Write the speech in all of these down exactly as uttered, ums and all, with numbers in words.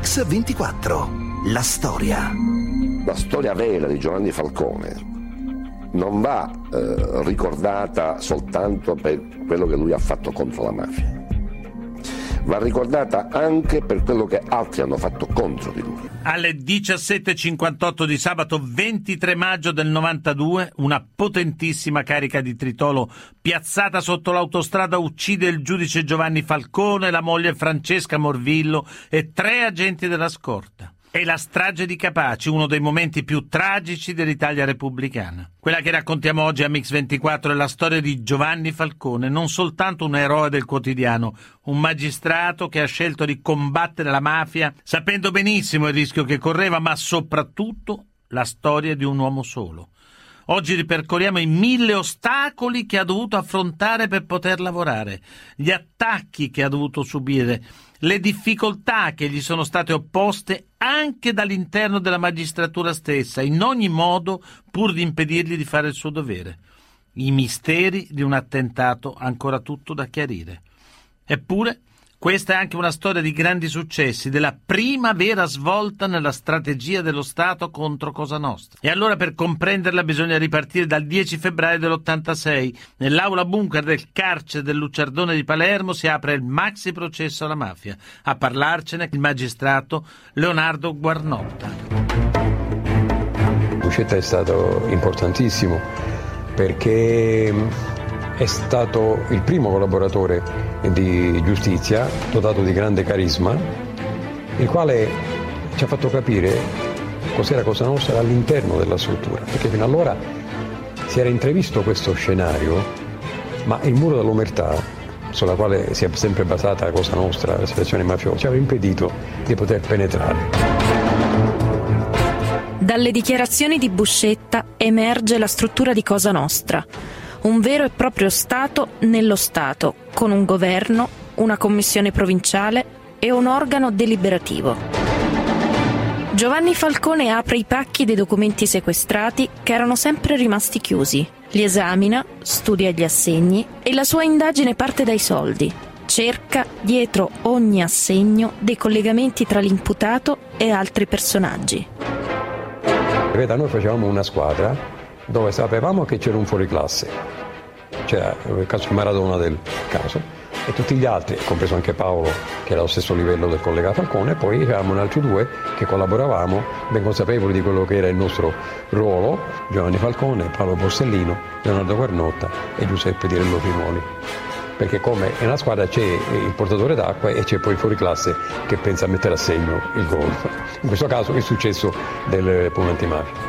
Mix ventiquattro. La storia. La storia vera di Giovanni Falcone non va eh, ricordata soltanto per quello che lui ha fatto contro la mafia, va ricordata anche per quello che altri hanno fatto contro di lui. Alle diciassette e cinquantotto di sabato ventitré maggio del novantadue, una potentissima carica di tritolo piazzata sotto l'autostrada uccide il giudice Giovanni Falcone, la moglie Francesca Morvillo e tre agenti della scorta. È la strage di Capaci, uno dei momenti più tragici dell'Italia repubblicana. Quella che raccontiamo oggi a Mix ventiquattro è la storia di Giovanni Falcone, non soltanto un eroe del quotidiano, un magistrato che ha scelto di combattere la mafia sapendo benissimo il rischio che correva, ma soprattutto la storia di un uomo solo. Oggi ripercorriamo i mille ostacoli che ha dovuto affrontare per poter lavorare, gli attacchi che ha dovuto subire, le difficoltà che gli sono state opposte anche dall'interno della magistratura stessa, in ogni modo pur di impedirgli di fare il suo dovere. I misteri di un attentato ancora tutto da chiarire. Eppure, questa è anche una storia di grandi successi, della prima vera svolta nella strategia dello Stato contro Cosa Nostra. E allora per comprenderla bisogna ripartire dal dieci febbraio dell'ottantasei. Nell'aula bunker del carcere del Lucciardone di Palermo si apre il maxi processo alla mafia. A parlarcene il magistrato Leonardo Guarnotta. Buscetta è stato importantissimo perché è stato il primo collaboratore di giustizia, dotato di grande carisma, il quale ci ha fatto capire cos'era Cosa Nostra all'interno della struttura, perché fino allora si era intravisto questo scenario, ma il muro dell'omertà, sulla quale si è sempre basata Cosa Nostra, la situazione mafiosa, ci aveva impedito di poter penetrare. Dalle dichiarazioni di Buscetta emerge la struttura di Cosa Nostra, un vero e proprio Stato nello Stato, con un governo, una commissione provinciale e un organo deliberativo. Giovanni Falcone apre i pacchi dei documenti sequestrati che erano sempre rimasti chiusi, li esamina, studia gli assegni e la sua indagine parte dai soldi. Cerca, dietro ogni assegno, dei collegamenti tra l'imputato e altri personaggi. Veda, noi facevamo una squadra dove sapevamo che c'era un fuoriclasse, c'era il caso Maradona del caso, e tutti gli altri, compreso anche Paolo, che era allo stesso livello del collega Falcone, e poi c'eravamo altri due che collaboravamo, ben consapevoli di quello che era il nostro ruolo, Giovanni Falcone, Paolo Borsellino, Leonardo Guarnotta e Giuseppe Dirello Primoli. Perché come nella squadra c'è il portatore d'acqua e c'è poi il fuoriclasse che pensa a mettere a segno il gol. In questo caso è successo del pugno antimafia.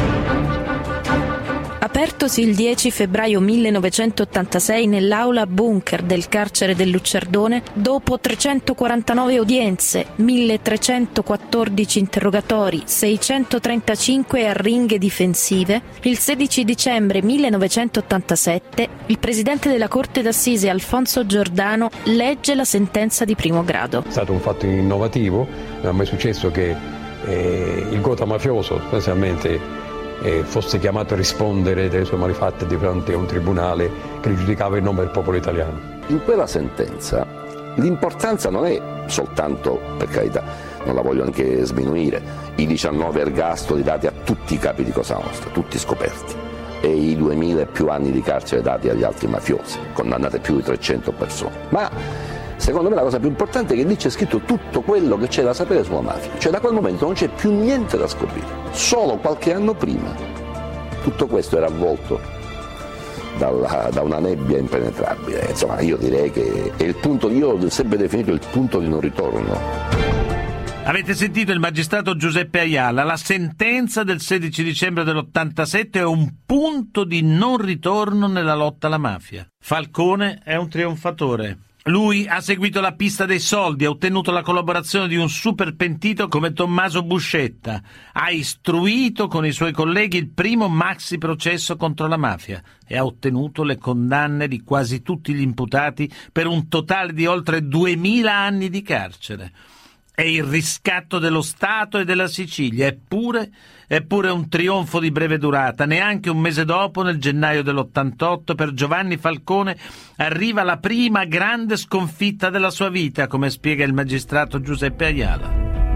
Apertosi il dieci febbraio millenovecentottantasei nell'aula bunker del carcere del Lucciardone, dopo trecentoquarantanove udienze, milletrecentoquattordici interrogatori, seicentotrentacinque arringhe difensive, il sedici dicembre millenovecentottantasette il presidente della Corte d'Assise Alfonso Giordano legge la sentenza di primo grado. È stato un fatto innovativo, non è mai successo che eh, il gota mafioso, specialmente E fosse chiamato a rispondere delle sue malefatte di fronte a un tribunale che li giudicava in nome del popolo italiano. In quella sentenza l'importanza non è soltanto, per carità, non la voglio anche sminuire, i diciannove ergastoli dati a tutti i capi di Cosa Nostra, tutti scoperti, e i duemila e più anni di carcere dati agli altri mafiosi, condannate più di trecento persone. Ma secondo me la cosa più importante è che lì c'è scritto tutto quello che c'è da sapere sulla mafia, cioè da quel momento non c'è più niente da scoprire. Solo qualche anno prima tutto questo era avvolto dalla, da una nebbia impenetrabile. Insomma, io direi che è il punto, io ho sempre definito il punto di non ritorno. Avete sentito il magistrato Giuseppe Ayala, la sentenza del sedici dicembre dell'ottantasette è un punto di non ritorno nella lotta alla mafia. Falcone è un trionfatore. Lui ha seguito la pista dei soldi, ha ottenuto la collaborazione di un super pentito come Tommaso Buscetta, ha istruito con i suoi colleghi il primo maxi processo contro la mafia e ha ottenuto le condanne di quasi tutti gli imputati per un totale di oltre duemila anni di carcere. È il riscatto dello Stato e della Sicilia, eppure, eppure un trionfo di breve durata. Neanche un mese dopo, nel gennaio dell'ottantotto, per Giovanni Falcone arriva la prima grande sconfitta della sua vita, come spiega il magistrato Giuseppe Ayala.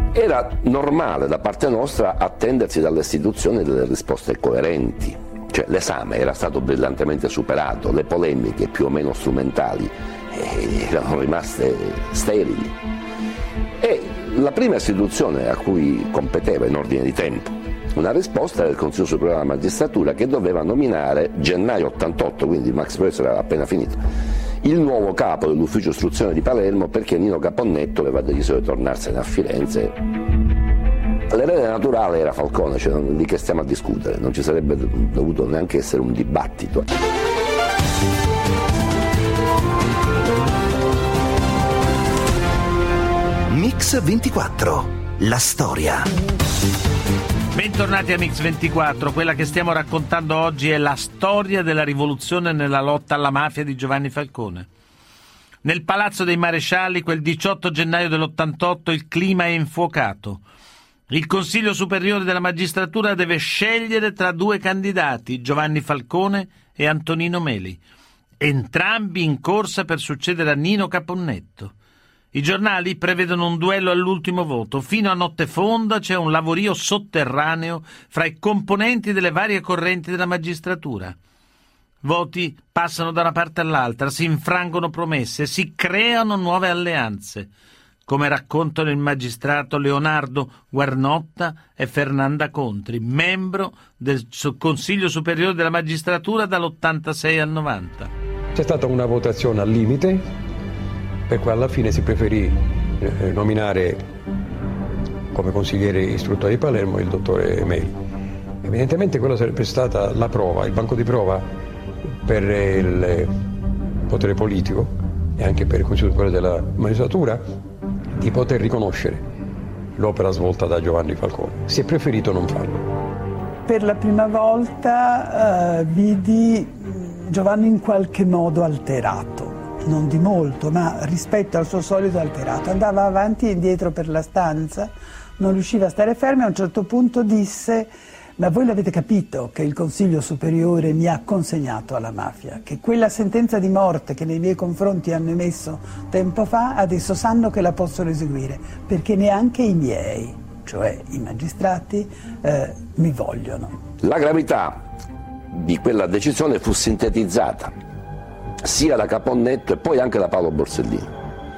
Era normale da parte nostra attendersi dalle istituzioni delle risposte coerenti, cioè l'esame era stato brillantemente superato, le polemiche più o meno strumentali eh, erano rimaste sterili. E la prima istituzione a cui competeva in ordine di tempo una risposta era il Consiglio Superiore della Magistratura, che doveva nominare gennaio ottantotto, quindi il Max Processo era appena finito, il nuovo capo dell'ufficio istruzione di Palermo, perché Nino Caponnetto aveva deciso di tornarsene a Firenze. L'erede naturale era Falcone, cioè non, di che stiamo a discutere, non ci sarebbe dovuto neanche essere un dibattito. Mix ventiquattro, la storia. Bentornati a Mix ventiquattro, quella che stiamo raccontando oggi è la storia della rivoluzione nella lotta alla mafia di Giovanni Falcone. Nel Palazzo dei Marescialli, quel diciotto gennaio dell'ottantotto, il clima è infuocato. Il Consiglio Superiore della Magistratura deve scegliere tra due candidati, Giovanni Falcone e Antonino Meli, entrambi in corsa per succedere a Nino Caponnetto. I giornali prevedono un duello all'ultimo voto. Fino a notte fonda c'è un lavorio sotterraneo fra i componenti delle varie correnti della magistratura. Voti passano da una parte all'altra, si infrangono promesse, si creano nuove alleanze, come raccontano il magistrato Leonardo Guarnotta e Fernanda Contri, membro del Consiglio Superiore della Magistratura dall'ottantasei al novanta. C'è stata una votazione al limite, per cui alla fine si preferì eh, nominare come consigliere istruttore di Palermo il dottore Meli. Evidentemente quella sarebbe stata la prova, il banco di prova per il potere politico e anche per il Consiglio Superiore della Magistratura di poter riconoscere l'opera svolta da Giovanni Falcone. Si è preferito non farlo. Per la prima volta eh, vidi Giovanni in qualche modo alterato. Non di molto, ma rispetto al suo solito alterato. Andava avanti e indietro per la stanza, non riusciva a stare fermo e a un certo punto disse: ma voi l'avete capito che il Consiglio Superiore mi ha consegnato alla mafia, che quella sentenza di morte che nei miei confronti hanno emesso tempo fa, adesso sanno che la possono eseguire, perché neanche i miei, cioè i magistrati, eh, mi vogliono. La gravità di quella decisione fu sintetizzata sia da Caponnetto e poi anche da Paolo Borsellino.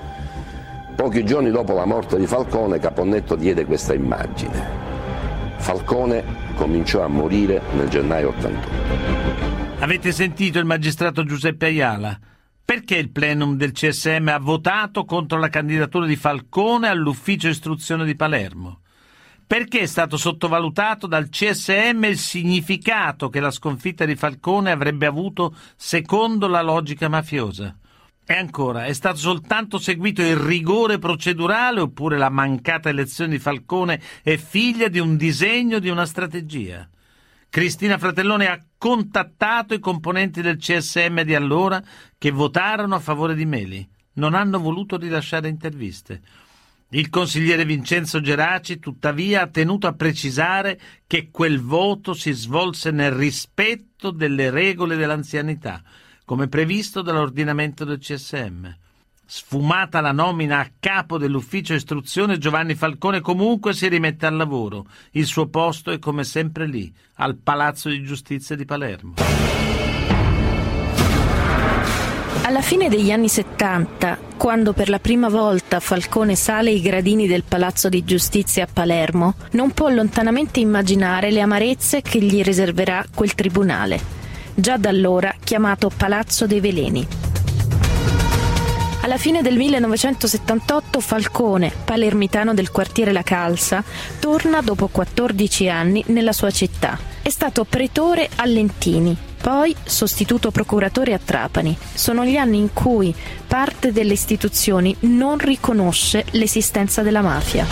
Pochi giorni dopo la morte di Falcone, Caponnetto diede questa immagine. Falcone cominciò a morire nel gennaio ottantotto. Avete sentito il magistrato Giuseppe Ayala? Perché il plenum del C S M ha votato contro la candidatura di Falcone all'ufficio istruzione di Palermo? Perché è stato sottovalutato dal C S M il significato che la sconfitta di Falcone avrebbe avuto secondo la logica mafiosa? E ancora, è stato soltanto seguito il rigore procedurale oppure la mancata elezione di Falcone è figlia di un disegno, di una strategia? Cristina Fratellone ha contattato i componenti del C S M di allora che votarono a favore di Meli. Non hanno voluto rilasciare interviste. Il consigliere Vincenzo Geraci, tuttavia, ha tenuto a precisare che quel voto si svolse nel rispetto delle regole dell'anzianità, come previsto dall'ordinamento del C S M. Sfumata la nomina a capo dell'ufficio istruzione, Giovanni Falcone comunque si rimette al lavoro. Il suo posto è come sempre lì, al Palazzo di Giustizia di Palermo. Alla fine degli anni settanta, quando per la prima volta Falcone sale i gradini del Palazzo di Giustizia a Palermo, non può lontanamente immaginare le amarezze che gli riserverà quel tribunale, già da allora chiamato Palazzo dei Veleni. Alla fine del millenovecentosettantotto Falcone, palermitano del quartiere La Calza, torna dopo quattordici anni nella sua città. È stato pretore a Lentini, poi sostituto procuratore a Trapani. Sono gli anni in cui parte delle istituzioni non riconosce l'esistenza della mafia.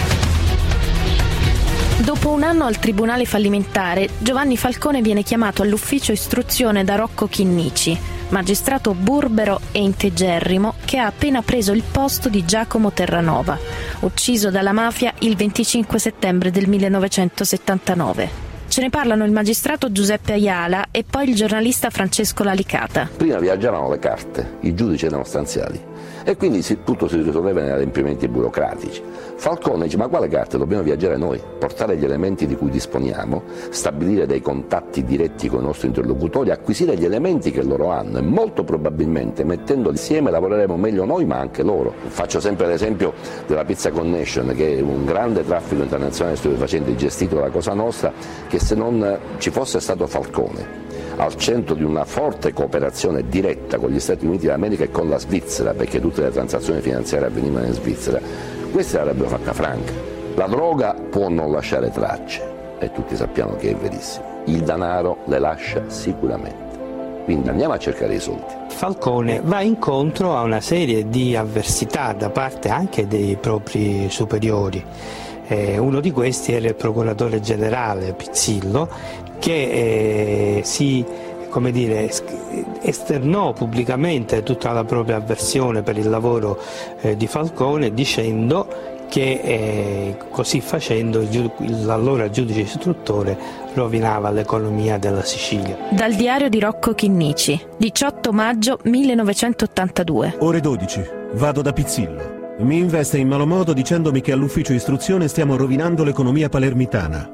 Dopo un anno al tribunale fallimentare, Giovanni Falcone viene chiamato all'ufficio istruzione da Rocco Chinnici, magistrato burbero e integerrimo che ha appena preso il posto di Giacomo Terranova, ucciso dalla mafia il venticinque settembre del millenovecentosettantanove. Ce ne parlano il magistrato Giuseppe Ayala e poi il giornalista Francesco Lalicata. Prima viaggiavano le carte, i giudici erano stanziali e quindi si, tutto si risolveva in adempimenti burocratici. Falcone dice: ma quale carte? Dobbiamo viaggiare noi, portare gli elementi di cui disponiamo, stabilire dei contatti diretti con i nostri interlocutori, acquisire gli elementi che loro hanno e molto probabilmente mettendoli insieme lavoreremo meglio noi ma anche loro. Faccio sempre l'esempio della Pizza Connection, che è un grande traffico internazionale di stupefacenti gestito dalla Cosa Nostra, che se non ci fosse stato Falcone al centro di una forte cooperazione diretta con gli Stati Uniti d'America e con la Svizzera, perché tutte le transazioni finanziarie avvenivano in Svizzera, queste l'avrebbero fatta franca. La droga può non lasciare tracce e tutti sappiamo che è verissimo, il denaro le lascia sicuramente, quindi andiamo a cercare i soldi. Falcone va incontro a una serie di avversità da parte anche dei propri superiori. Eh, uno di questi era il procuratore generale Pizzillo, che eh, si come dire, esternò pubblicamente tutta la propria avversione per il lavoro eh, di Falcone, dicendo che eh, così facendo l'allora giudice istruttore rovinava l'economia della Sicilia. Dal diario di Rocco Chinnici, diciotto maggio millenovecentottantadue. Ore dodici, vado da Pizzillo. Mi investe in malo modo dicendomi che all'ufficio istruzione stiamo rovinando l'economia palermitana.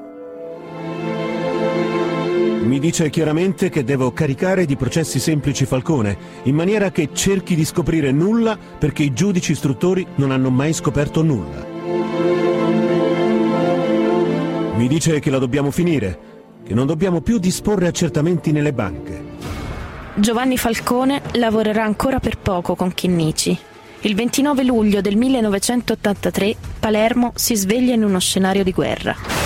Mi dice chiaramente che devo caricare di processi semplici Falcone, in maniera che cerchi di scoprire nulla perché i giudici istruttori non hanno mai scoperto nulla. Mi dice che la dobbiamo finire, che non dobbiamo più disporre accertamenti nelle banche. Giovanni Falcone lavorerà ancora per poco con Chinnici. Il ventinove luglio del millenovecentottantatré Palermo si sveglia in uno scenario di guerra.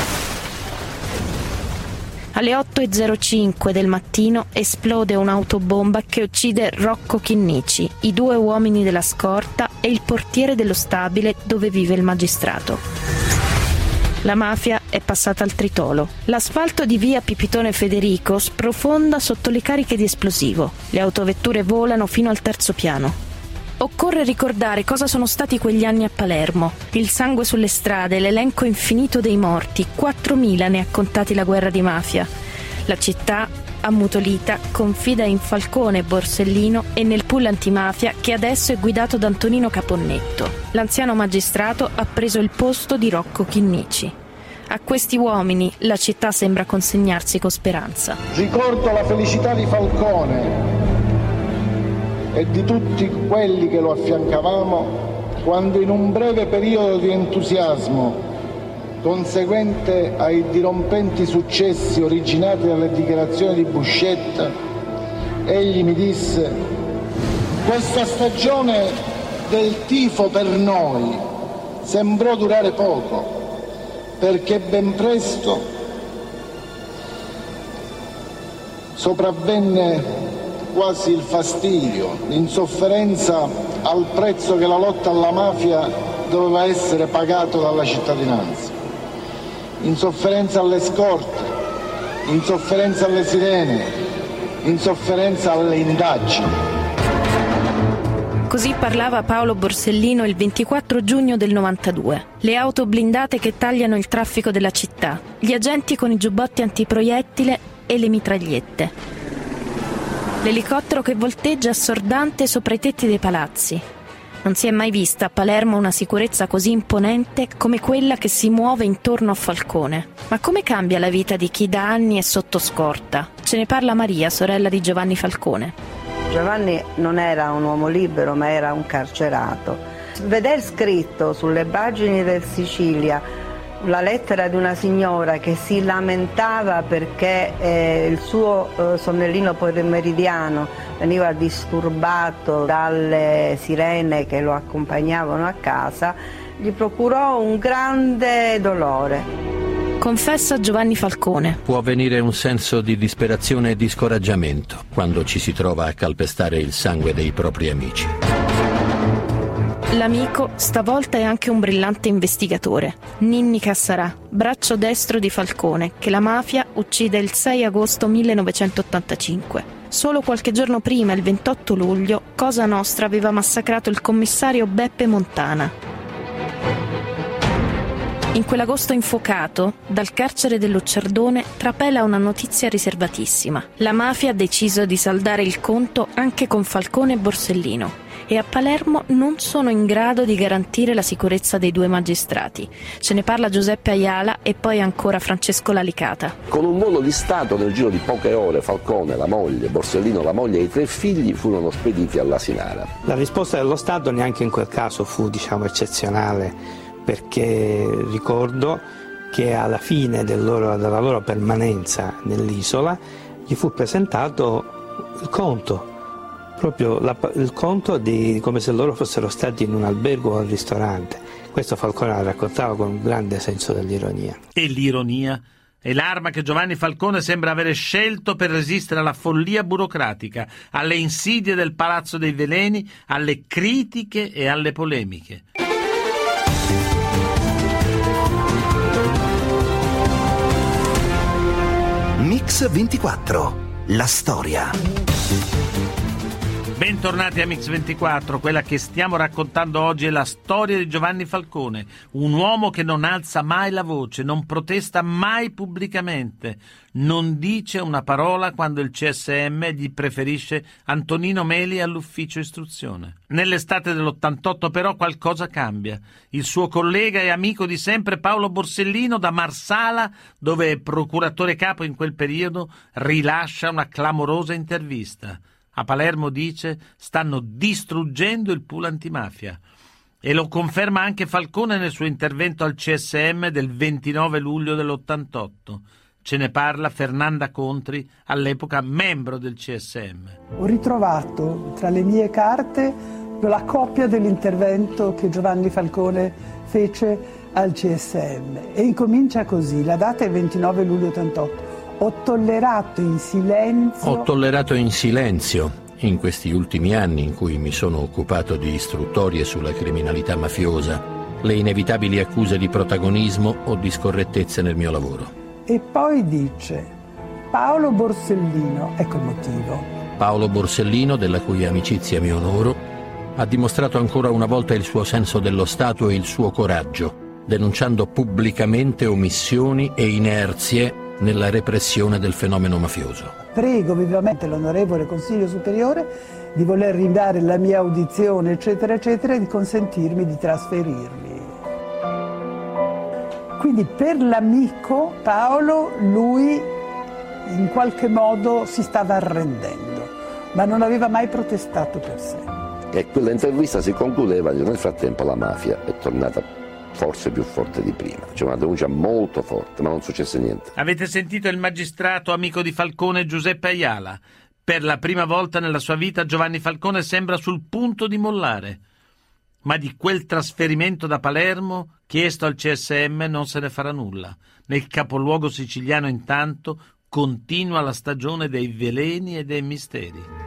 Alle otto e zero cinque del mattino esplode un'autobomba che uccide Rocco Chinnici, i due uomini della scorta e il portiere dello stabile dove vive il magistrato. La mafia è passata al tritolo. L'asfalto di via Pipitone Federico sprofonda sotto le cariche di esplosivo. Le autovetture volano fino al terzo piano. Occorre ricordare cosa sono stati quegli anni a Palermo. Il sangue sulle strade, l'elenco infinito dei morti, quattromila ne ha contati la guerra di mafia. La città, ammutolita, confida in Falcone e Borsellino e nel pool antimafia che adesso è guidato da Antonino Caponnetto. L'anziano magistrato ha preso il posto di Rocco Chinnici. A questi uomini la città sembra consegnarsi con speranza. Ricordo la felicità di Falcone e di tutti quelli che lo affiancavamo quando in un breve periodo di entusiasmo conseguente ai dirompenti successi originati dalle dichiarazioni di Buscetta, egli mi disse: questa stagione del tifo per noi sembrò durare poco, perché ben presto sopravvenne quasi il fastidio, l'insofferenza al prezzo che la lotta alla mafia doveva essere pagato dalla cittadinanza. Insofferenza alle scorte, insofferenza alle sirene, insofferenza alle indagini. Così parlava Paolo Borsellino il ventiquattro giugno del novantadue. Le auto blindate che tagliano il traffico della città, gli agenti con i giubbotti antiproiettile e le mitragliette. L'elicottero che volteggia assordante sopra i tetti dei palazzi. Non si è mai vista a Palermo una sicurezza così imponente come quella che si muove intorno a Falcone. Ma come cambia la vita di chi da anni è sotto scorta? Ce ne parla Maria, sorella di Giovanni Falcone. Giovanni non era un uomo libero, ma era un carcerato. Veder scritto sulle pagine del Sicilia la lettera di una signora che si lamentava perché eh, il suo eh, sonnellino meridiano veniva disturbato dalle sirene che lo accompagnavano a casa, gli procurò un grande dolore. Confessa Giovanni Falcone. Può venire un senso di disperazione e di scoraggiamento quando ci si trova a calpestare il sangue dei propri amici. L'amico stavolta è anche un brillante investigatore, Ninni Cassarà, braccio destro di Falcone, che la mafia uccide il sei agosto millenovecentottantacinque. Solo qualche giorno prima, il ventotto luglio, Cosa Nostra aveva massacrato il commissario Beppe Montana. In quell'agosto infuocato, dal carcere dell'Uccerdone trapela una notizia riservatissima. La mafia ha deciso di saldare il conto anche con Falcone e Borsellino e a Palermo non sono in grado di garantire la sicurezza dei due magistrati. Ce ne parla Giuseppe Ayala e poi ancora Francesco Lalicata. Con un volo di Stato nel giro di poche ore Falcone, la moglie, Borsellino, la moglie e i tre figli furono spediti all'Asinara. La risposta dello Stato neanche in quel caso fu, diciamo, eccezionale, perché ricordo che alla fine del loro, della loro permanenza nell'isola gli fu presentato il conto, proprio la, il conto di come se loro fossero stati in un albergo o al ristorante. Questo Falcone la raccontava con un grande senso dell'ironia. E l'ironia è l'arma che Giovanni Falcone sembra avere scelto per resistere alla follia burocratica, alle insidie del Palazzo dei Veleni, alle critiche e alle polemiche. Mix ventiquattro, la storia. Bentornati a Mix ventiquattro, quella che stiamo raccontando oggi è la storia di Giovanni Falcone, un uomo che non alza mai la voce, non protesta mai pubblicamente, non dice una parola quando il C S M gli preferisce Antonino Meli all'ufficio istruzione. Nell'estate dell'ottantotto però qualcosa cambia. Il suo collega e amico di sempre Paolo Borsellino da Marsala, dove è procuratore capo in quel periodo, rilascia una clamorosa intervista. A Palermo dice: stanno distruggendo il pool antimafia. E lo conferma anche Falcone nel suo intervento al C S M del ventinove luglio dell'ottantotto. Ce ne parla Fernanda Contri, all'epoca membro del C S M. Ho ritrovato tra le mie carte la copia dell'intervento che Giovanni Falcone fece al C S M e incomincia così, la data è ventinove luglio ottantotto. Ho tollerato in silenzio... Ho tollerato in silenzio, in questi ultimi anni in cui mi sono occupato di istruttorie sulla criminalità mafiosa, le inevitabili accuse di protagonismo o di scorrettezze nel mio lavoro. E poi dice: Paolo Borsellino, ecco il motivo. Paolo Borsellino, della cui amicizia mi onoro, ha dimostrato ancora una volta il suo senso dello Stato e il suo coraggio, denunciando pubblicamente omissioni e inerzie nella repressione del fenomeno mafioso. Prego vivamente l'onorevole Consiglio Superiore di voler rinviare la mia audizione, eccetera, eccetera, e di consentirmi di trasferirmi. Quindi per l'amico Paolo lui in qualche modo si stava arrendendo, ma non aveva mai protestato per sé. E quella intervista si concludeva: nel frattempo la mafia è tornata forse più forte di prima. C'è una denuncia molto forte, ma non successe niente. Avete sentito il magistrato amico di Falcone Giuseppe Ayala? Per la prima volta nella sua vita Giovanni Falcone sembra sul punto di mollare. Ma di quel trasferimento da Palermo chiesto al C S M non se ne farà nulla. Nel capoluogo siciliano intanto continua la stagione dei veleni e dei misteri.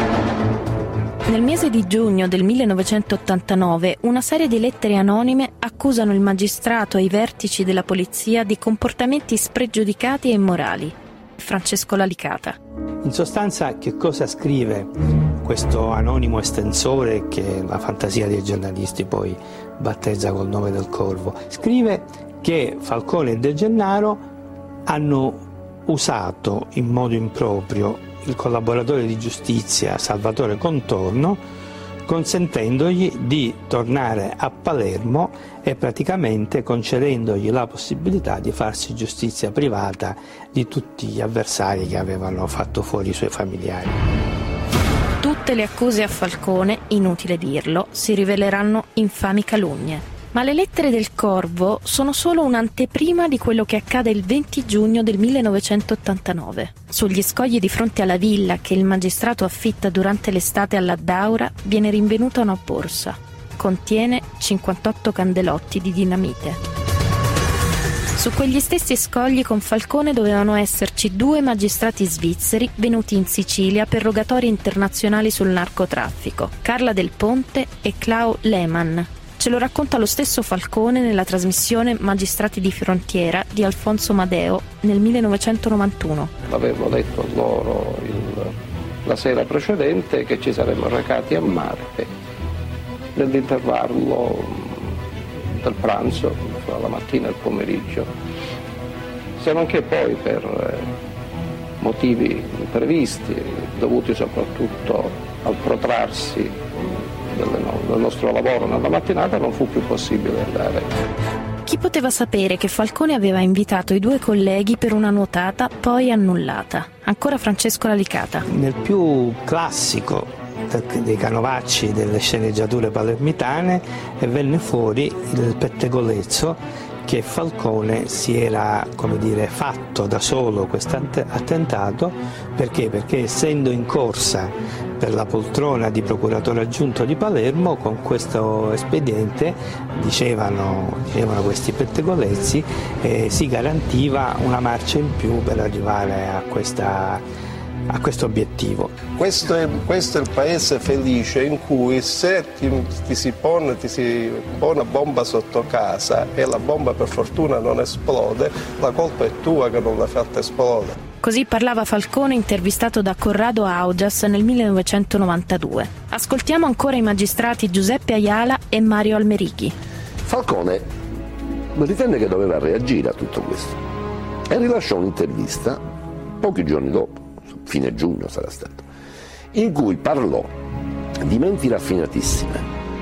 Nel mese di giugno del millenovecentottantanove una serie di lettere anonime accusano il magistrato e i vertici della polizia di comportamenti spregiudicati e immorali. Francesco Lalicata. In sostanza, che cosa scrive questo anonimo estensore che la fantasia dei giornalisti poi battezza col nome del Corvo? Scrive che Falcone e De Gennaro hanno usato in modo improprio il collaboratore di giustizia Salvatore Contorno, consentendogli di tornare a Palermo e praticamente concedendogli la possibilità di farsi giustizia privata di tutti gli avversari che avevano fatto fuori i suoi familiari. Tutte le accuse a Falcone, inutile dirlo, si riveleranno infami calunnie. Ma le lettere del Corvo sono solo un'anteprima di quello che accade il venti giugno del millenovecentottantanove. Sugli scogli di fronte alla villa che il magistrato affitta durante l'estate all'Addaura viene rinvenuta una borsa. Contiene cinquantotto candelotti di dinamite. Su quegli stessi scogli con Falcone dovevano esserci due magistrati svizzeri venuti in Sicilia per rogatori internazionali sul narcotraffico, Carla Del Ponte e Clau Lehmann. Ce lo racconta lo stesso Falcone nella trasmissione Magistrati di frontiera di Alfonso Madeo nel millenovecentonovantuno. Avevo detto loro il, la sera precedente che ci saremmo recati a mare e nell'intervallo del pranzo, fra la mattina e il pomeriggio, se non che poi per eh, motivi imprevisti, dovuti soprattutto al protrarsi del, del nostro lavoro nella mattinata, non fu più possibile andare. Chi poteva sapere che Falcone aveva invitato i due colleghi per una nuotata poi annullata? Ancora Francesco Lalicata. Nel più classico dei canovacci delle sceneggiature palermitane venne fuori il pettegolezzo che Falcone si era, come dire, fatto da solo questo attentato. Perché? Perché essendo in corsa per la poltrona di procuratore aggiunto di Palermo, con questo espediente, dicevano, dicevano questi pettegolezzi, eh, si garantiva una marcia in più per arrivare a questa a questo obiettivo. Questo è, questo è il paese felice in cui se ti, ti, si pone, ti si pone una bomba sotto casa e la bomba per fortuna non esplode, la colpa è tua che non l'hai fatta esplodere. Così parlava Falcone, intervistato da Corrado Augias nel millenovecentonovantadue. Ascoltiamo ancora i magistrati Giuseppe Ayala e Mario Almerighi. Falcone ritenne che doveva reagire a tutto questo e rilasciò un'intervista pochi giorni dopo, fine giugno sarà stato, in cui parlò di menti raffinatissime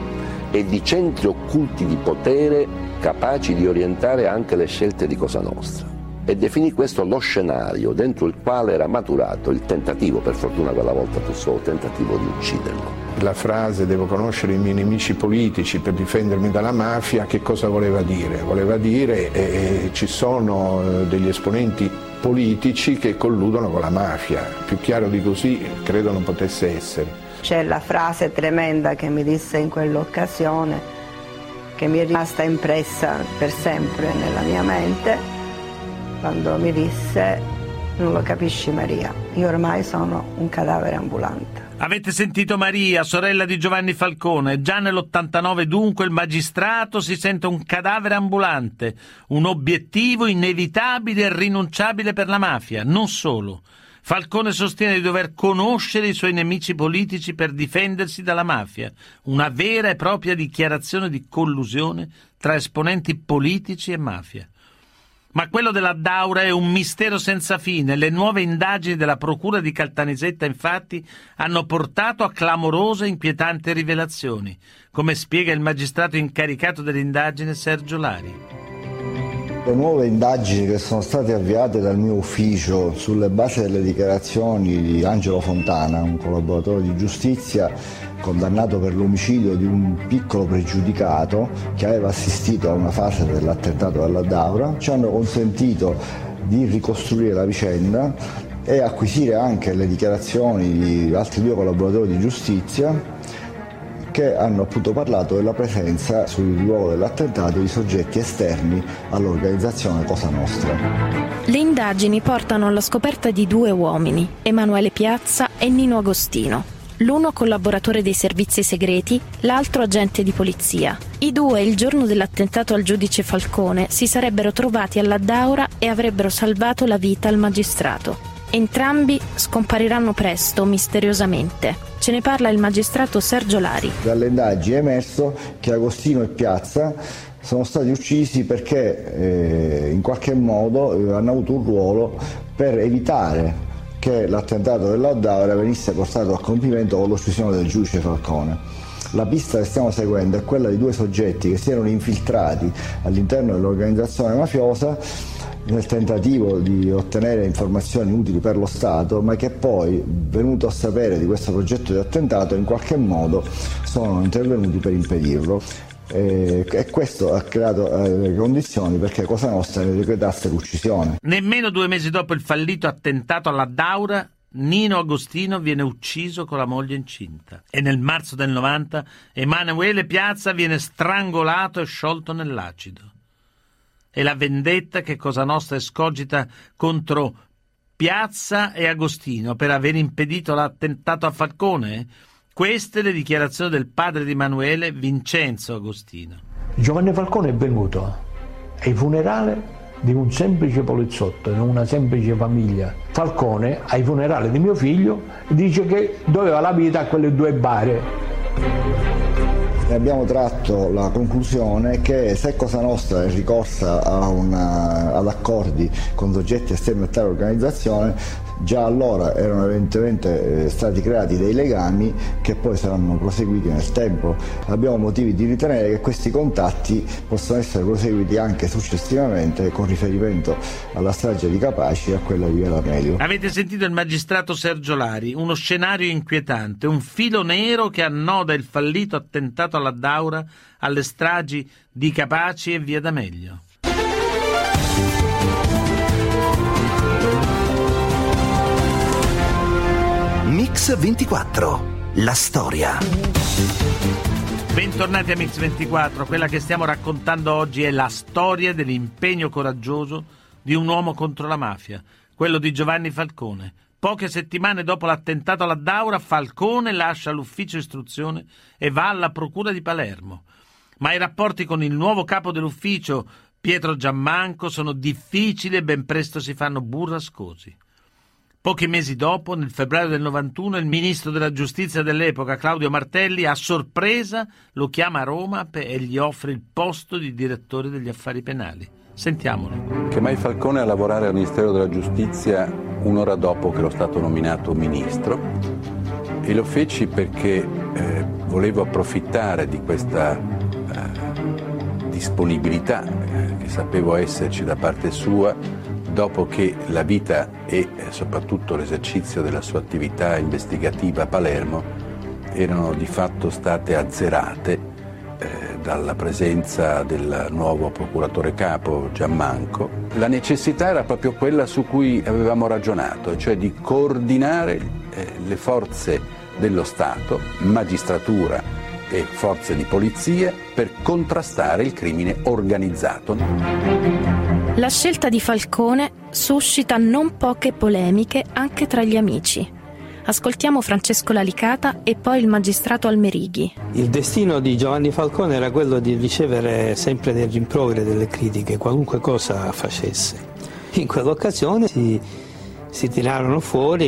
e di centri occulti di potere capaci di orientare anche le scelte di Cosa Nostra, e definì questo lo scenario dentro il quale era maturato il tentativo, per fortuna quella volta fu solo tentativo, di ucciderlo. La frase "devo conoscere i miei nemici politici per difendermi dalla mafia", che cosa voleva dire? Voleva dire eh, ci sono eh, degli esponenti politici che colludono con la mafia. Più chiaro di così credo non potesse essere. C'è la frase tremenda che mi disse in quell'occasione, che mi è rimasta impressa per sempre nella mia mente, quando mi disse: "Non lo capisci Maria, io ormai sono un cadavere ambulante". Avete sentito Maria, sorella di Giovanni Falcone. Già nell'ottantanove dunque il magistrato si sente un cadavere ambulante, un obiettivo inevitabile e rinunciabile per la mafia. Non solo. Falcone sostiene di dover conoscere i suoi nemici politici per difendersi dalla mafia. Una vera e propria dichiarazione di collusione tra esponenti politici e mafia. Ma quello della Daura è un mistero senza fine. Le nuove indagini della procura di Caltanissetta, infatti, hanno portato a clamorose e inquietanti rivelazioni, come spiega il magistrato incaricato dell'indagine Sergio Lari. Le nuove indagini che sono state avviate dal mio ufficio sulle basi delle dichiarazioni di Angelo Fontana, un collaboratore di giustizia condannato per l'omicidio di un piccolo pregiudicato che aveva assistito a una fase dell'attentato alla Daura, ci hanno consentito di ricostruire la vicenda e acquisire anche le dichiarazioni di altri due collaboratori di giustizia che hanno appunto parlato della presenza sul luogo dell'attentato di soggetti esterni all'organizzazione Cosa Nostra. Le indagini portano alla scoperta di due uomini, Emanuele Piazza e Nino Agostino. L'uno collaboratore dei servizi segreti, l'altro agente di polizia. I due, il giorno dell'attentato al giudice Falcone, si sarebbero trovati alla Daura e avrebbero salvato la vita al magistrato. Entrambi scompariranno presto, misteriosamente. Ce ne parla il magistrato Sergio Lari. Dalle indagini è emerso che Agostino e Piazza sono stati uccisi perché eh, in qualche modo eh, hanno avuto un ruolo per evitare che l'attentato della Daura venisse portato a compimento con l'uccisione del giudice Falcone. La pista che stiamo seguendo è quella di due soggetti che si erano infiltrati all'interno dell'organizzazione mafiosa nel tentativo di ottenere informazioni utili per lo Stato, ma che poi, venuto a sapere di questo progetto di attentato, in qualche modo sono intervenuti per impedirlo. E, e questo ha creato eh, le condizioni perché Cosa Nostra ne decretasse l'uccisione. Nemmeno due mesi dopo il fallito attentato alla Daura, Nino Agostino viene ucciso con la moglie incinta. E nel marzo del novanta Emanuele Piazza viene strangolato e sciolto nell'acido. E la vendetta che Cosa Nostra escogita contro Piazza e Agostino per aver impedito l'attentato a Falcone? Queste le dichiarazioni del padre di Emanuele, Vincenzo Agostino. Giovanni Falcone è venuto ai funerali di un semplice poliziotto in una semplice famiglia. Falcone ai funerali di mio figlio dice che doveva la vita a quelle due bare. E abbiamo tratto la conclusione che se Cosa Nostra è ricorsa a una, ad accordi con soggetti esterni a tale organizzazione, già allora erano evidentemente stati creati dei legami che poi saranno proseguiti nel tempo. Abbiamo motivi di ritenere che questi contatti possano essere proseguiti anche successivamente con riferimento alla strage di Capaci e a quella di Via D'Amelio. Avete sentito il magistrato Sergio Lari, uno scenario inquietante, un filo nero che annoda il fallito attentato alla Daura alle stragi di Capaci e Via D'Amelio. Mix ventiquattro, la storia. Bentornati a Mix ventiquattro, quella che stiamo raccontando oggi è la storia dell'impegno coraggioso di un uomo contro la mafia, quello di Giovanni Falcone. Poche settimane dopo l'attentato alla Daura, Falcone lascia l'ufficio istruzione e va alla procura di Palermo. Ma i rapporti con il nuovo capo dell'ufficio, Pietro Giammanco, sono difficili e ben presto si fanno burrascosi. Pochi mesi dopo, nel febbraio del novantuno, il ministro della giustizia dell'epoca, Claudio Martelli, a sorpresa lo chiama a Roma e gli offre il posto di direttore degli affari penali. Sentiamolo. Chiamai Falcone a lavorare al Ministero della Giustizia un'ora dopo che ero stato nominato ministro e lo feci perché eh, volevo approfittare di questa eh, disponibilità eh, che sapevo esserci da parte sua dopo che la vita e soprattutto l'esercizio della sua attività investigativa a Palermo erano di fatto state azzerate eh, dalla presenza del nuovo procuratore capo Giammanco. La necessità era proprio quella su cui avevamo ragionato, cioè di coordinare eh, le forze dello Stato, magistratura e forze di polizia per contrastare il crimine organizzato. La scelta di Falcone suscita non poche polemiche anche tra gli amici. Ascoltiamo Francesco Lalicata e poi il magistrato Almerighi. Il destino di Giovanni Falcone era quello di ricevere sempre dei rimproveri e delle critiche, qualunque cosa facesse. In quell'occasione si, si tirarono fuori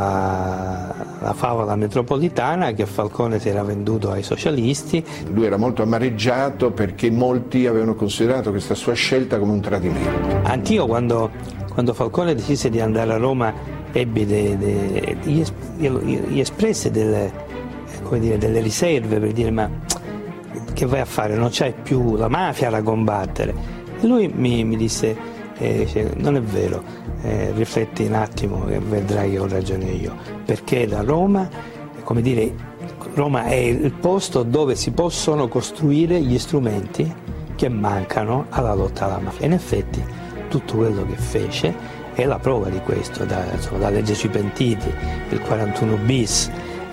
la, la favola metropolitana che Falcone si era venduto ai socialisti. Lui era molto amareggiato perché molti avevano considerato questa sua scelta come un tradimento. Anch'io quando, quando Falcone decise di andare a Roma ebbi de, de, gli, gli espresse delle, come dire, delle riserve per dire ma che vai a fare, non c'hai più la mafia da combattere. E lui mi, mi disse eh, non è vero, eh, rifletti un attimo e vedrai che ho ragione io, perché da Roma, come dire, Roma è il posto dove si possono costruire gli strumenti che mancano alla lotta alla mafia. In effetti tutto quello che fece è la prova di questo, da, insomma, la legge sui pentiti, il quarantuno bis,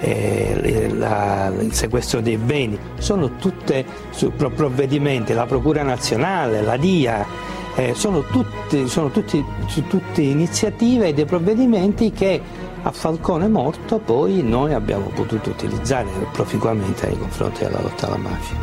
eh, la, il sequestro dei beni, sono tutte su, provvedimenti, la Procura Nazionale, la D I A, eh, sono, tutti, sono tutti, tutte iniziative e dei provvedimenti che a Falcone morto poi noi abbiamo potuto utilizzare proficuamente nei confronti della lotta alla mafia.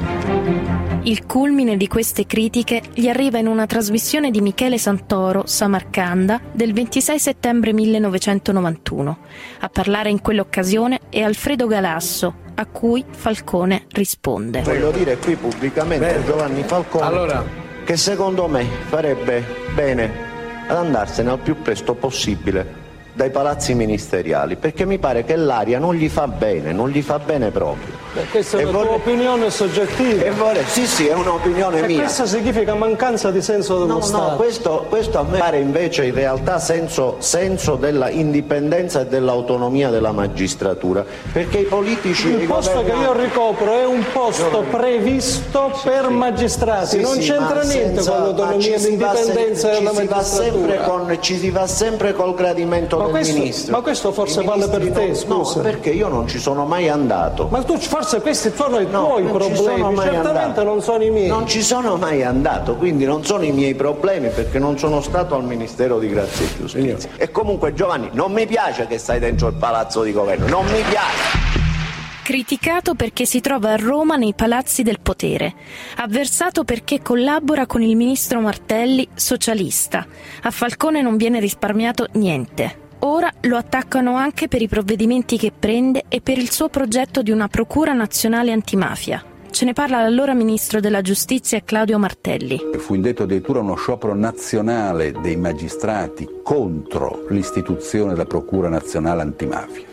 Il culmine di queste critiche gli arriva in una trasmissione di Michele Santoro, Samarcanda, del ventisei settembre millenovecentonovantuno. A parlare in quell'occasione è Alfredo Galasso, a cui Falcone risponde. Voglio dire qui pubblicamente a Giovanni Falcone allora, che secondo me farebbe bene ad andarsene al più presto possibile dai palazzi ministeriali, perché mi pare che l'aria non gli fa bene, non gli fa bene proprio. Beh, questa è una vorrei... tua opinione soggettiva. E vorrei... Sì, sì, è un'opinione e mia. Questo significa mancanza di senso dello no, Stato. No, questo, questo a me pare invece in realtà senso, senso della indipendenza e dell'autonomia della magistratura, perché i politici... Il posto governanti... che io ricopro è un posto previsto sì, per sì. magistrati, sì, non sì, c'entra niente senza... con l'autonomia e l'indipendenza se... della ci magistratura. Si va sempre con... Ci si va sempre col gradimento ma del questo, ministro. Ma questo forse vale per te, non... scusa. No, perché io non ci sono mai andato. Ma tu forse questi sono i no, tuoi problemi, certamente andato. Non sono i miei. Non ci sono mai andato, quindi non sono i miei problemi perché non sono stato al Ministero di Grazia e Giustizia. Io. E comunque Giovanni, non mi piace che stai dentro il palazzo di governo, non mi piace. Criticato perché si trova a Roma nei palazzi del potere, avversato perché collabora con il ministro Martelli, socialista. A Falcone non viene risparmiato niente. Ora lo attaccano anche per i provvedimenti che prende e per il suo progetto di una procura nazionale antimafia. Ce ne parla l'allora ministro della giustizia Claudio Martelli. Fu indetto addirittura uno sciopero nazionale dei magistrati contro l'istituzione della Procura Nazionale Antimafia.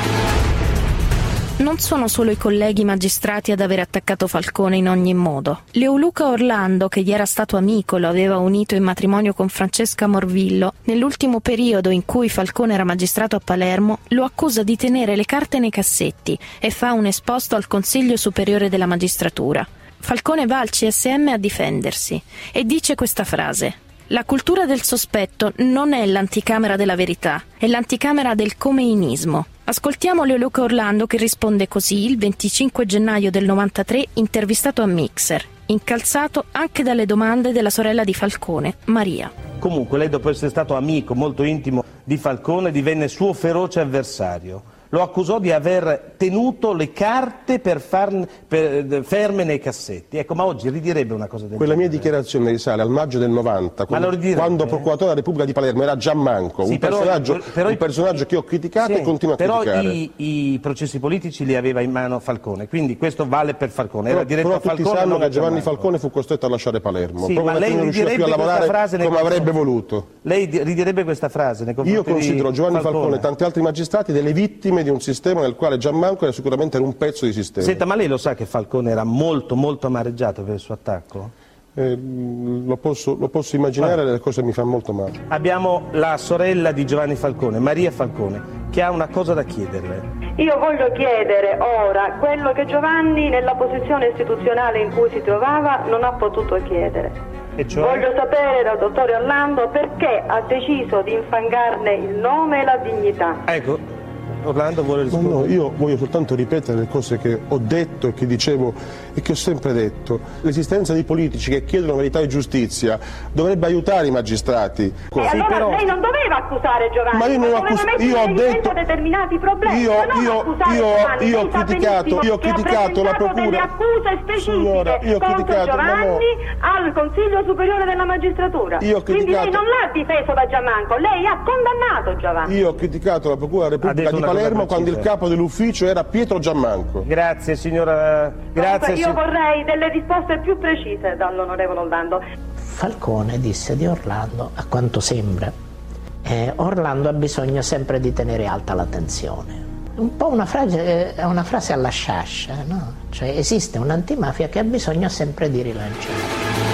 Non sono solo i colleghi magistrati ad aver attaccato Falcone in ogni modo. Leoluca Orlando, che gli era stato amico, lo aveva unito in matrimonio con Francesca Morvillo, nell'ultimo periodo in cui Falcone era magistrato a Palermo, lo accusa di tenere le carte nei cassetti e fa un esposto al Consiglio Superiore della Magistratura. Falcone va al C S M a difendersi e dice questa frase: «La cultura del sospetto non è l'anticamera della verità, è l'anticamera del comeinismo». Ascoltiamo Leoluca Orlando che risponde così il venticinque gennaio del novantatré, intervistato a Mixer, incalzato anche dalle domande della sorella di Falcone, Maria. Comunque lei, dopo essere stato amico molto intimo di Falcone, divenne suo feroce avversario. Lo accusò di aver tenuto le carte per farne, per, ferme nei cassetti. Ecco, ma oggi ridirebbe una cosa del Quella genere? mia dichiarazione risale al maggio del novanta, quando, quando procuratore della Repubblica di Palermo era Gianmanco, Sì, un, però, personaggio, però, un personaggio che ho criticato sì, e continuo a però criticare. Però i, i processi politici li aveva in mano Falcone, quindi questo vale per Falcone. Però, Era diretto però a Falcone, tutti sanno non che a Giovanni Gianmanco. Falcone fu costretto a lasciare Palermo, Sì, proprio ma perché lei non riusciva più a lavorare frase nei come avrebbe confronti- voluto. Lei di- ridirebbe questa frase nei confronti Io considero di Giovanni Falcone. Falcone e tanti altri magistrati delle vittime di un sistema nel quale Gianmanco era sicuramente un pezzo di sistema. Senta, ma lei lo sa che Falcone era molto molto amareggiato per il suo attacco? Eh, lo, posso, lo posso immaginare, le cose mi fanno molto male. Abbiamo la sorella di Giovanni Falcone, Maria Falcone, che ha una cosa da chiederle. Io voglio chiedere ora quello che Giovanni, nella posizione istituzionale in cui si trovava, non ha potuto chiedere. E cioè? Voglio sapere dal dottore Orlando perché ha deciso di infangarne il nome e la dignità. Ecco, Orlando vuole No, rispondere. no, io voglio soltanto ripetere le cose che ho detto e che dicevo e che ho sempre detto. L'esistenza di politici che chiedono verità e giustizia dovrebbe aiutare i magistrati. E allora però... lei non doveva accusare Giovanni, Ma io non ho doveva accus- mettere io ho in detto- evidenza determinati problemi. Io, ma non io, accusare io, Giovanni. io ho Lei sa criticato, benissimo io ho che ha criticato la presentato delle procura. accuse specifiche Signora, io ho contro criticato, Giovanni ma no. al Consiglio Superiore della Magistratura. Io ho Quindi lei criticato- non l'ha difeso da Gianmanco, lei ha condannato Giovanni. Io ho criticato la Procura della Ha Repubblica detto di una cosa Palermo quando il precisa. capo dell'ufficio era Pietro Gianmanco. Grazie signora, grazie. Comunque, io si- vorrei delle risposte più precise dall'onorevole Orlando. Falcone disse di Orlando, a quanto sembra, eh, Orlando ha bisogno sempre di tenere alta la tensione. Un po' una frase, eh, una frase alla Sciascia, no? Cioè esiste un'antimafia che ha bisogno sempre di rilanciare.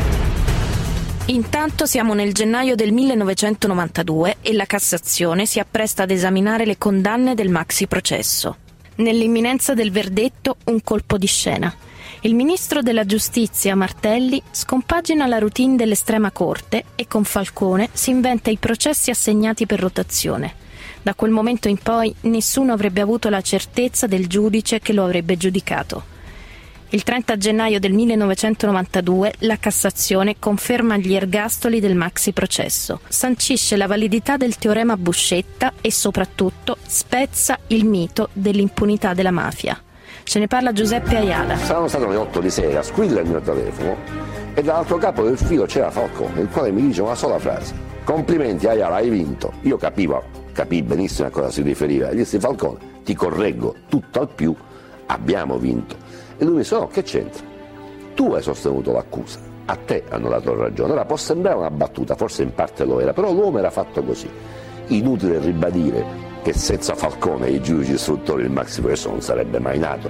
Intanto siamo nel gennaio del millenovecentonovantadue e la Cassazione si appresta ad esaminare le condanne del maxi processo. Nell'imminenza del verdetto, un colpo di scena. Il ministro della giustizia, Martelli, scompagina la routine dell'estrema corte e con Falcone si inventa i processi assegnati per rotazione. Da quel momento in poi nessuno avrebbe avuto la certezza del giudice che lo avrebbe giudicato. Il trenta gennaio del millenovecentonovantadue la Cassazione conferma gli ergastoli del maxi processo, sancisce la validità del teorema Buscetta e soprattutto spezza il mito dell'impunità della mafia. Ce ne parla Giuseppe Ayala. Saranno state le otto di sera, squilla il mio telefono e dall'altro capo del filo c'era Falcone, il quale mi dice una sola frase: complimenti Ayala, hai vinto. Io capivo, capii benissimo a cosa si riferiva e dissi: Falcone, ti correggo, tutt'al più abbiamo vinto. E lui mi disse: no, che c'entra? Tu hai sostenuto l'accusa, a te hanno dato ragione. Ora può sembrare una battuta, forse in parte lo era, però l'uomo era fatto così. Inutile ribadire che senza Falcone e i giudici istruttori il maxi processo non sarebbe mai nato.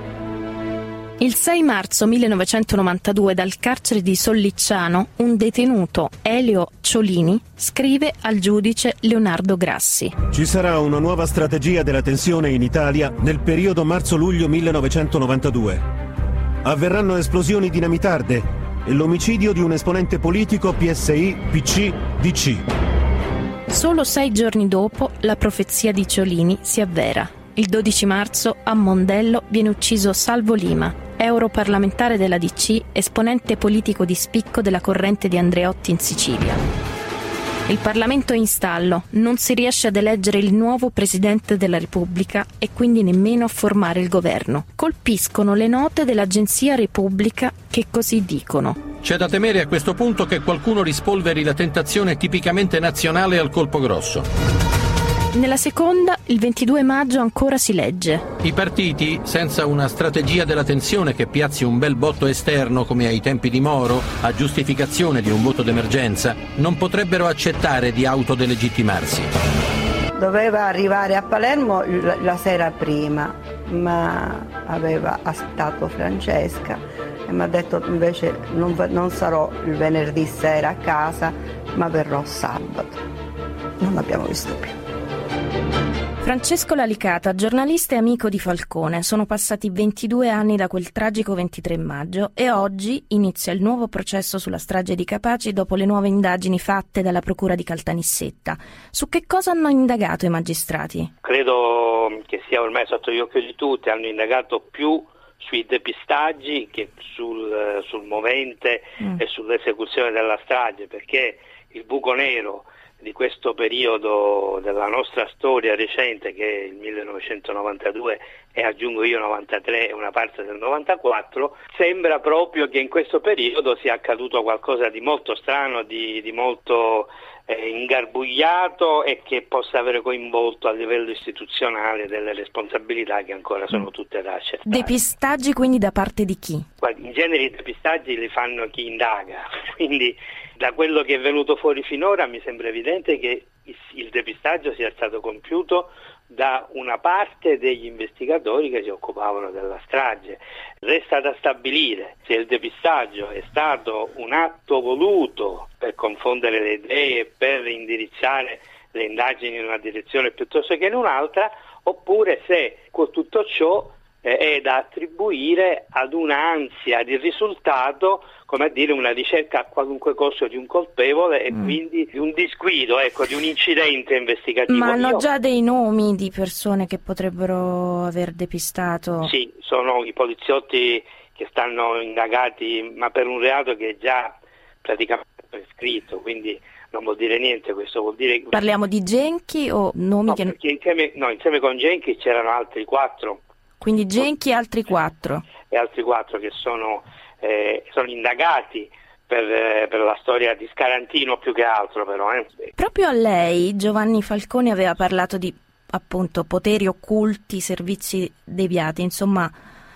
Il sei marzo millenovecentonovantadue dal carcere di Sollicciano un detenuto, Elio Ciolini, scrive al giudice Leonardo Grassi. Ci sarà una nuova strategia della tensione in Italia nel periodo marzo-luglio millenovecentonovantadue. Avverranno esplosioni dinamitarde e l'omicidio di un esponente politico P S I, P C, D C. Solo sei giorni dopo la profezia di Ciolini si avvera. Il dodici marzo a Mondello viene ucciso Salvo Lima, europarlamentare della D C, esponente politico di spicco della corrente di Andreotti in Sicilia. Il Parlamento è in stallo, non si riesce ad eleggere il nuovo Presidente della Repubblica e quindi nemmeno a formare il governo. Colpiscono le note dell'agenzia Repubblica che così dicono. C'è da temere a questo punto che qualcuno rispolveri la tentazione tipicamente nazionale al colpo grosso. Nella seconda, il ventidue maggio, ancora si legge: i partiti, senza una strategia della tensione che piazzi un bel botto esterno come ai tempi di Moro, a giustificazione di un voto d'emergenza, non potrebbero accettare di autodelegittimarsi. Doveva arrivare a Palermo la sera prima, ma aveva aspettato Francesca e mi ha detto invece non, non sarò il venerdì sera a casa, ma verrò sabato. Non l'abbiamo visto più. Francesco Lalicata, giornalista e amico di Falcone. Sono passati ventidue anni da quel tragico ventitré maggio e oggi inizia il nuovo processo sulla strage di Capaci dopo le nuove indagini fatte dalla procura di Caltanissetta. Su che cosa hanno indagato i magistrati? Credo che sia ormai sotto gli occhi di tutti, hanno indagato più sui depistaggi che sul, sul movente mm. e sull'esecuzione della strage, perché il buco nero di questo periodo della nostra storia recente, che è il millenovecentonovantadue e aggiungo io novantatré e una parte del novantaquattro, sembra proprio che in questo periodo sia accaduto qualcosa di molto strano, di, di molto eh, ingarbugliato e che possa avere coinvolto a livello istituzionale delle responsabilità che ancora sono tutte da accertare. Depistaggi quindi da parte di chi? In genere i depistaggi li fanno chi indaga, quindi da quello che è venuto fuori finora mi sembra evidente che il depistaggio sia stato compiuto da una parte degli investigatori che si occupavano della strage. Resta da stabilire se il depistaggio è stato un atto voluto per confondere le idee, per indirizzare le indagini in una direzione piuttosto che in un'altra, oppure se con tutto ciò eh, è da attribuire ad un'ansia di risultato, come a dire una ricerca a qualunque costo di un colpevole e mm. quindi di un disguido, ecco, di un incidente investigativo. Ma hanno Io... già dei nomi di persone che potrebbero aver depistato? Sì, sono i poliziotti che stanno indagati, ma per un reato che è già praticamente prescritto, quindi non vuol dire niente, questo vuol dire... Parliamo di Genchi o nomi no, che... Perché insieme, no, insieme con Genchi c'erano altri quattro. Quindi Genchi e altri quattro. E altri quattro che sono, eh, sono indagati per, eh, per la storia di Scarantino più che altro però. Eh. Proprio a lei Giovanni Falcone aveva parlato di appunto poteri occulti, servizi deviati, insomma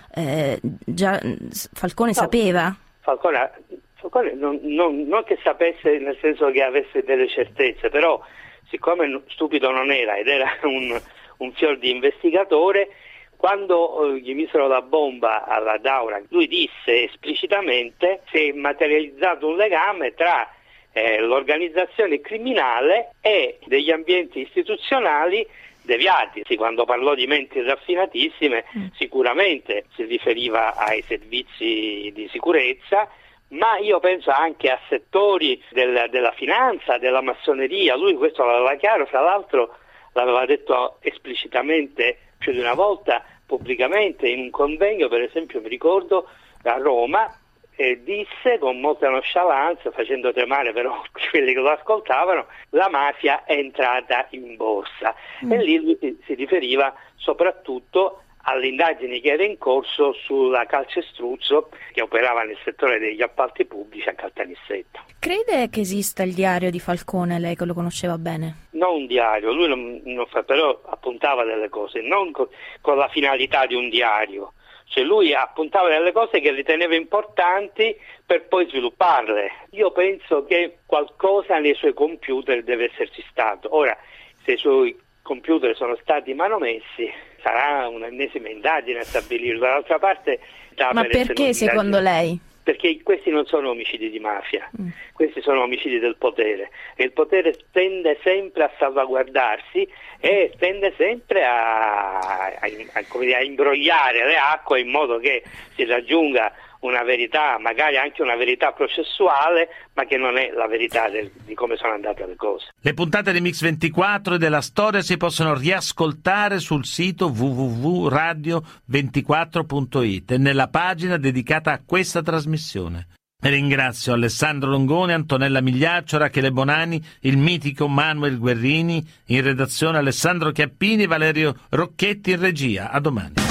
eh, già Falcone no, sapeva? Falcone, Falcone non, non, non che sapesse nel senso che avesse delle certezze, però siccome stupido non era ed era un, un fior di investigatore, quando eh, gli misero la bomba alla Daura, lui disse esplicitamente si è materializzato un legame tra eh, l'organizzazione criminale e degli ambienti istituzionali deviati. Sì, quando parlò di menti raffinatissime mm. sicuramente si riferiva ai servizi di sicurezza, ma io penso anche a settori del, della finanza, della massoneria. Lui questo l'aveva chiaro, fra l'altro l'aveva detto esplicitamente più di una volta pubblicamente in un convegno, per esempio mi ricordo a Roma, e disse con molta nonchalance, facendo tremare però quelli che lo ascoltavano, la mafia è entrata in borsa mm. e lì lui si, si riferiva soprattutto alle indagini che era in corso sulla Calcestruzzo, che operava nel settore degli appalti pubblici a Caltanissetta. Crede che esista il diario di Falcone, lei che lo conosceva bene? Non un diario, lui non, non fa, però appuntava delle cose, non con, con la finalità di un diario, cioè lui appuntava delle cose che riteneva importanti per poi svilupparle. Io penso che qualcosa nei suoi computer deve esserci stato. Ora, se i suoi computer sono stati manomessi, sarà un'ennesima indagine a stabilirlo. Dall'altra parte, ma per perché secondo lei? Perché questi non sono omicidi di mafia, mm. questi sono omicidi del potere e il potere tende sempre a salvaguardarsi e tende sempre a, a, a, come dire, a imbrogliare le acque in modo che si raggiunga una verità, magari anche una verità processuale, ma che non è la verità del, di come sono andate le cose. Le puntate di Mix ventiquattro e della storia si possono riascoltare sul sito w w w punto radio ventiquattro punto i t e nella pagina dedicata a questa trasmissione. Ringrazio Alessandro Longone, Antonella Migliaccio, Rachele Bonani, il mitico Manuel Guerrini, in redazione Alessandro Chiappini, Valerio Rocchetti in regia. A domani.